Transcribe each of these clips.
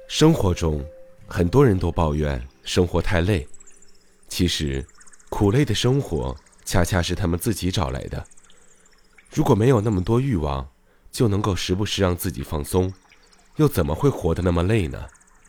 生活中，很多人都抱怨生活太累，其实，苦累的生活恰恰是他们自己找来的。如果没有那么多欲望，就能够时不时让自己放松，又怎么会活得那么累呢？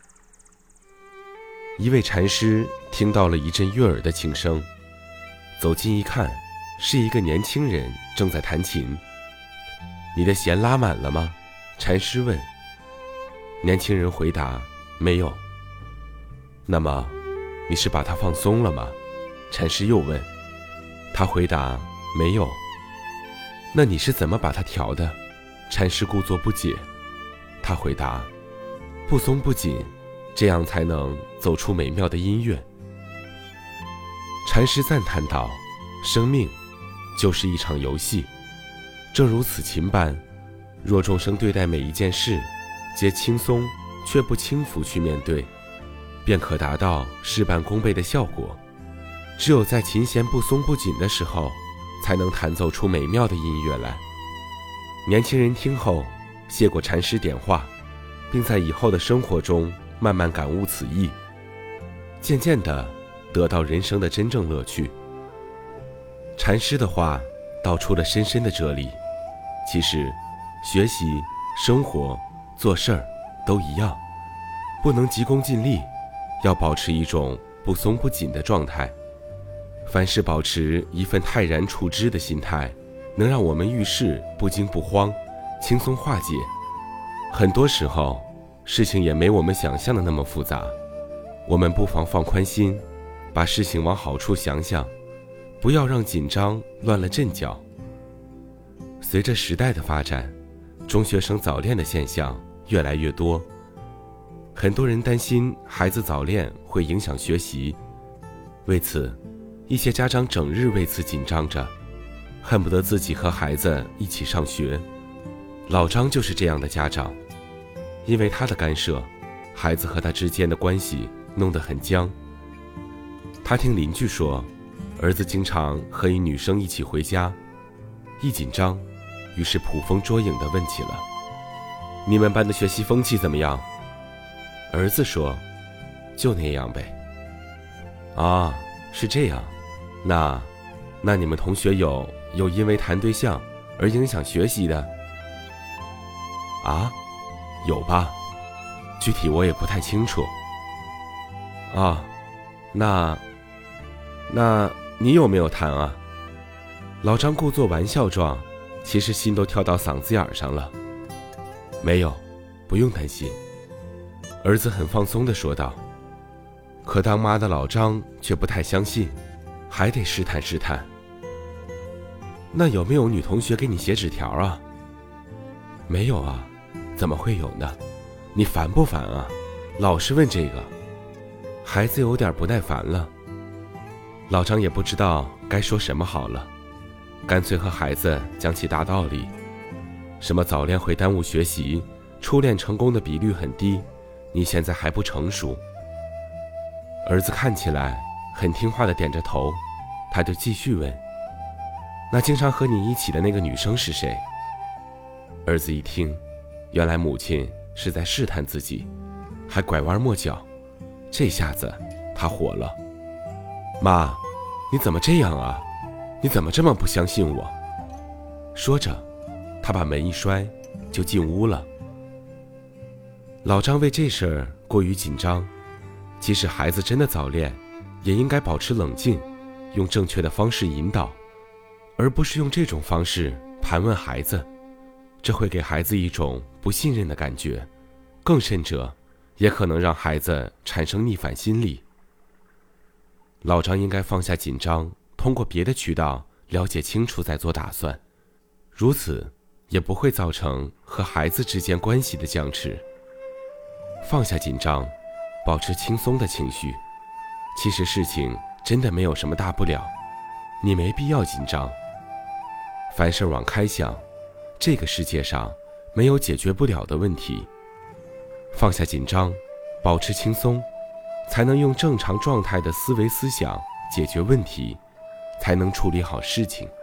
一位禅师听到了一阵悦耳的琴声，走近一看，是一个年轻人正在弹琴。你的弦拉满了吗？禅师问。年轻人回答，没有。那么，你是把它放松了吗？禅师又问。他回答，没有。那你是怎么把它调的？禅师故作不解。他回答，不松不紧，这样才能奏出美妙的音乐。禅师赞叹道，生命就是一场游戏，正如此琴般，若众生对待每一件事皆轻松却不轻浮去面对，便可达到事半功倍的效果。只有在琴弦不松不紧的时候，才能弹奏出美妙的音乐来。年轻人听后谢过禅师点化，并在以后的生活中慢慢感悟此意，渐渐地得到人生的真正乐趣。禅师的话道出了深深的哲理，其实学习、生活、做事儿都一样，不能急功近利，要保持一种不松不紧的状态。凡事保持一份泰然处之的心态，能让我们遇事不惊不慌，轻松化解。很多时候，事情也没我们想象的那么复杂，我们不妨放宽心，把事情往好处想想，不要让紧张乱了阵脚。随着时代的发展，中学生早恋的现象越来越多，很多人担心孩子早恋会影响学习，为此，一些家长整日为此紧张着，恨不得自己和孩子一起上学。老张就是这样的家长，因为他的干涉，孩子和他之间的关系弄得很僵。他听邻居说，儿子经常和一女生一起回家，一紧张，于是捕风捉影地问起了，你们班的学习风气怎么样？儿子说，就那样呗。啊，是这样，那你们同学有因为谈对象而影响学习的？啊，有吧，具体我也不太清楚。啊，那你有没有谈啊？老张故作玩笑状，其实心都跳到嗓子眼上了。没有，不用担心。儿子很放松地说道。可当妈的老张却不太相信，还得试探试探。那有没有女同学给你写纸条啊？没有啊，怎么会有呢？你烦不烦啊？老是问这个。孩子有点不耐烦了。老张也不知道该说什么好了，干脆和孩子讲起大道理，什么早恋会耽误学习，初恋成功的比率很低，你现在还不成熟。儿子看起来很听话地点着头，他就继续问，那经常和你一起的那个女生是谁？儿子一听，原来母亲是在试探自己，还拐弯抹角，这下子他火了。妈，你怎么这样啊？你怎么这么不相信我？说着，他把门一摔，就进屋了。老张为这事儿过于紧张，即使孩子真的早恋，也应该保持冷静，用正确的方式引导，而不是用这种方式盘问孩子，这会给孩子一种不信任的感觉，更甚者，也可能让孩子产生逆反心理。老张应该放下紧张，通过别的渠道了解清楚再做打算，如此也不会造成和孩子之间关系的僵持。放下紧张，保持轻松的情绪，其实事情真的没有什么大不了，你没必要紧张。凡事往开想，这个世界上没有解决不了的问题。放下紧张，保持轻松，才能用正常状态的思维思想解决问题，才能处理好事情。